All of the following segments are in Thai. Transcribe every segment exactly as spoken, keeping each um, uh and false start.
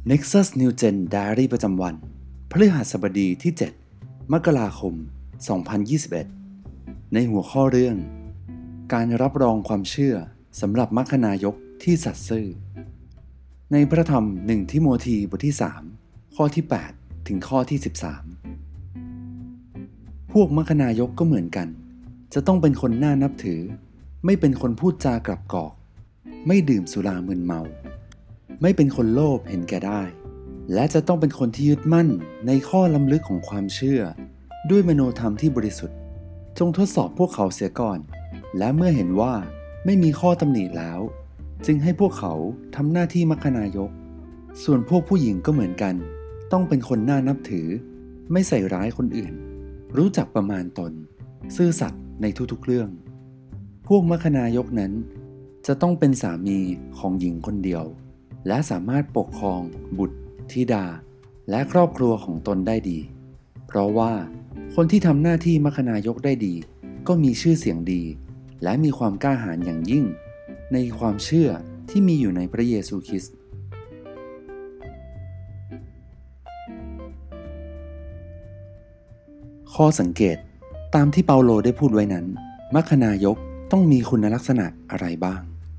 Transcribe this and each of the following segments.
Nexus New Gen Diary ประจำวันพฤหัสบดีที่ เจ็ด มกราคม สองพันยี่สิบเอ็ด ในหัวข้อเรื่องการรับรองความเชื่อสำหรับมัคคณายกที่สัตย์ซื่อในพระธรรมหนึ่งทิโมธีบทที่ สาม ข้อที่ แปด ถึงข้อที่ สิบสาม พวกมัคคณายกก็เหมือนกันจะต้องเป็นคนน่านับถือไม่เป็นคนพูดจากลับกอกไม่ดื่มสุรามึนเมาไม่เป็นคนโลภเห็นแก่ได้และจะต้องเป็นคนที่ยึดมั่นในข้อล้ำลึกของความเชื่อด้วยมโนธรรมที่บริสุทธิ์จงทดสอบพวกเขาเสียก่อนและเมื่อเห็นว่าไม่มีข้อตำหนิแล้วจึงให้พวกเขาทำหน้าที่มัคคณายกส่วนพวกผู้หญิงก็เหมือนกันต้องเป็นคนน่านับถือไม่ใส่ร้ายคนอื่นรู้จักประมาณตนซื่อสัตย์ในทุกๆเรื่องพวกมัคคณายกนั้นจะต้องเป็นสามีของหญิงคนเดียวและสามารถปกครองบุตรธิดาและครอบครัวของตนได้ดีเพราะว่าคนที่ทำหน้าที่มัคคณายกได้ดีก็มีชื่อเสียงดีและมีความกล้าหาญอย่างยิ่งในความเชื่อที่มีอยู่ในพระเยซูคริสต์ข้อสังเกตตามที่เปาโลได้พูดไว้นั้นมัคคณายกต้องมีคุณลักษณะอะไรบ้าง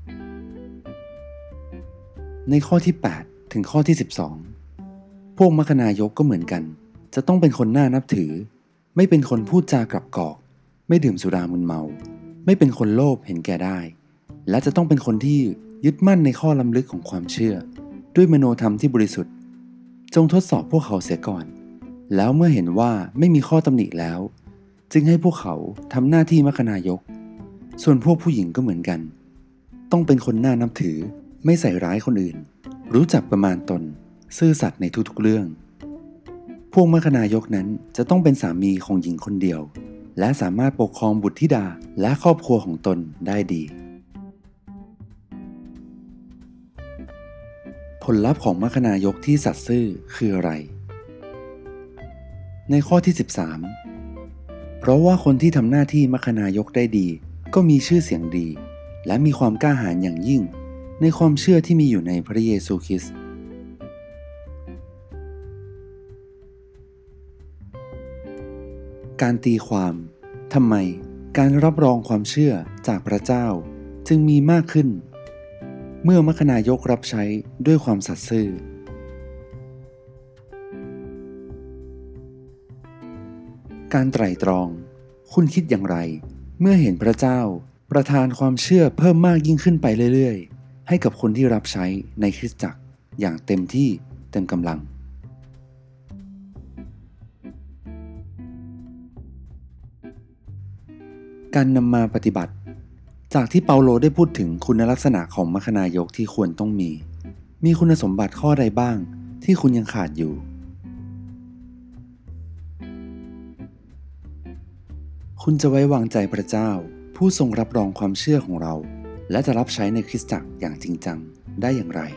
ในข้อที่ แปด ถึงข้อที่ สิบสอง พวกมัคคณายกก็เหมือนกันจะต้องเป็นคนน่านับถือไม่เป็นคนพูดจากลับกอกไม่ดื่มสุรามึนเมาไม่เป็นคนโลภเห็นแก่ได้และจะต้องเป็นคนที่ยึดมั่นในข้อล้ำลึกของความเชื่อด้วยมโนธรรมที่บริสุทธิ์จงทดสอบพวกเขาเสียก่อนแล้วเมื่อเห็นว่าไม่มีข้อตำหนิแล้วจึงให้พวกเขาทำหน้าที่มัคคณายกส่วนพวกผู้หญิงก็เหมือนกันต้องเป็นคนน่านับถือไม่ใส่ร้ายคนอื่นรู้จักประมาณตนซื่อสัตย์ในทุกๆเรื่องพวกมัคคณายกนั้นจะต้องเป็นสามีของหญิงคนเดียวและสามารถปกครองบุตรธิดาและครอบครัวของตนได้ดีผลลัพธ์ของมัคคณายกที่สัตย์ซื่อคืออะไรในข้อที่ สิบสาม เพราะว่าคนที่ทำหน้าที่มัคคณายกได้ดีก็มีชื่อเสียงดีและมีความกล้าหาญอย่างยิ่งในความเชื่อที่มีอยู่ในพระเยซูคริสต์การตีความทำไมการรับรองความเชื่อจากพระเจ้าจึงมีมากขึ้นเมื่อมัคคณายกรับใช้ด้วยความสัตย์ซื่อการไตร่ตรองคุณคิดอย่างไรเมื่อเห็นพระเจ้าประทานความเชื่อเพิ่มมากยิ่งขึ้นไปเรื่อยๆให้กับคนที่รับใช้ในคริสตจักรอย่างเต็มที่เต็มกำลังการนำมาปฏิบัติจากที่เปาโลได้พูดถึงคุณลักษณะของมัคคณายกที่ควรต้องมีมีคุณสมบัติข้อใดบ้างที่คุณยังขาดอยู่คุณจะไว้วางใจพระเจ้าผู้ทรงรับรองความเชื่อของเราและจะรับใช้ในคริสตจักรอย่างจริงจังได้อย่างไร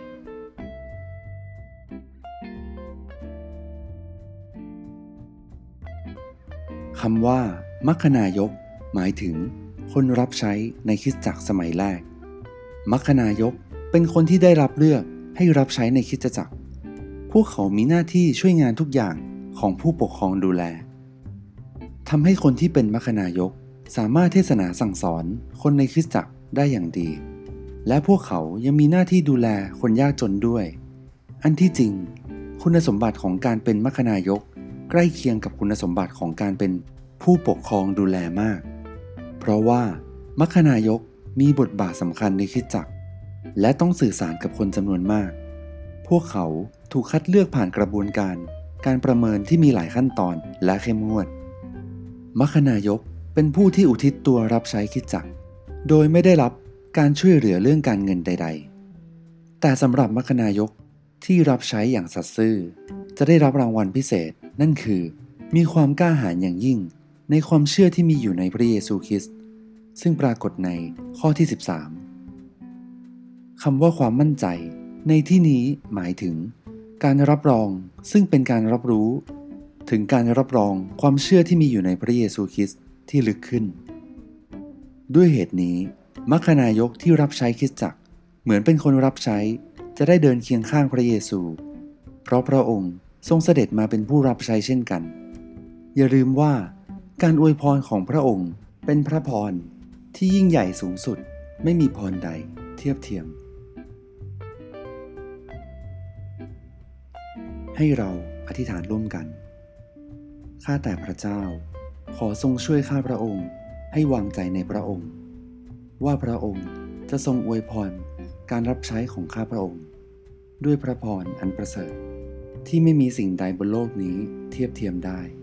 คำว่ามัคคณายกหมายถึงคนรับใช้ในคริสตจักรสมัยแรกมัคคณายกเป็นคนที่ได้รับเลือกให้รับใช้ในคริสตจักรพวกเขามีหน้าที่ช่วยงานทุกอย่างของผู้ปกครองดูแลทำให้คนที่เป็นมัคคณายกสามารถเทศนาสั่งสอนคนในคริสตจักรได้อย่างดีและพวกเขายังมีหน้าที่ดูแลคนยากจนด้วยอันที่จริงคุณสมบัติของการเป็นมัคคณายกใกล้เคียงกับคุณสมบัติของการเป็นผู้ปกครองดูแลมากเพราะว่ามัคคณายกมีบทบาทสำคัญในคริสตจักรและต้องสื่อสารกับคนจำนวนมากพวกเขาถูกคัดเลือกผ่านกระบวนการการประเมินที่มีหลายขั้นตอนและเข้มงวดมัคคณายกเป็นผู้ที่อุทิศตัวรับใช้คริสตจักรโดยไม่ได้รับการช่วยเหลือเรื่องการเงินใดๆแต่สำหรับมัคคณายกที่รับใช้อย่างสัตย์ซื่อจะได้รับรางวัลพิเศษนั่นคือมีความกล้าหาญอย่างยิ่งในความเชื่อที่มีอยู่ในพระเยซูคริสต์ซึ่งปรากฏในข้อที่ สิบสาม คำว่าความมั่นใจในที่นี้หมายถึงการรับรองซึ่งเป็นการรับรู้ถึงการรับรองความเชื่อที่มีอยู่ในพระเยซูคริสต์ที่ลึกขึ้นด้วยเหตุนี้มัคคณายกที่รับใช้คริสตจักรเหมือนเป็นคนรับใช้จะได้เดินเคียงข้างพระเยซูเพราะพระองค์ทรงเสด็จมาเป็นผู้รับใช้เช่นกันอย่าลืมว่าการอวยพรของพระองค์เป็นพระพรที่ยิ่งใหญ่สูงสุดไม่มีพรใดเทียบเทียมให้เราอธิษฐานร่วมกันข้าแต่พระเจ้าขอทรงช่วยข้าพระองค์ให้วางใจในพระองค์ว่าพระองค์จะทรงอวยพรการรับใช้ของข้าพระองค์ด้วยพระพรอันประเสริฐที่ไม่มีสิ่งใดบนโลกนี้เทียบเทียมได้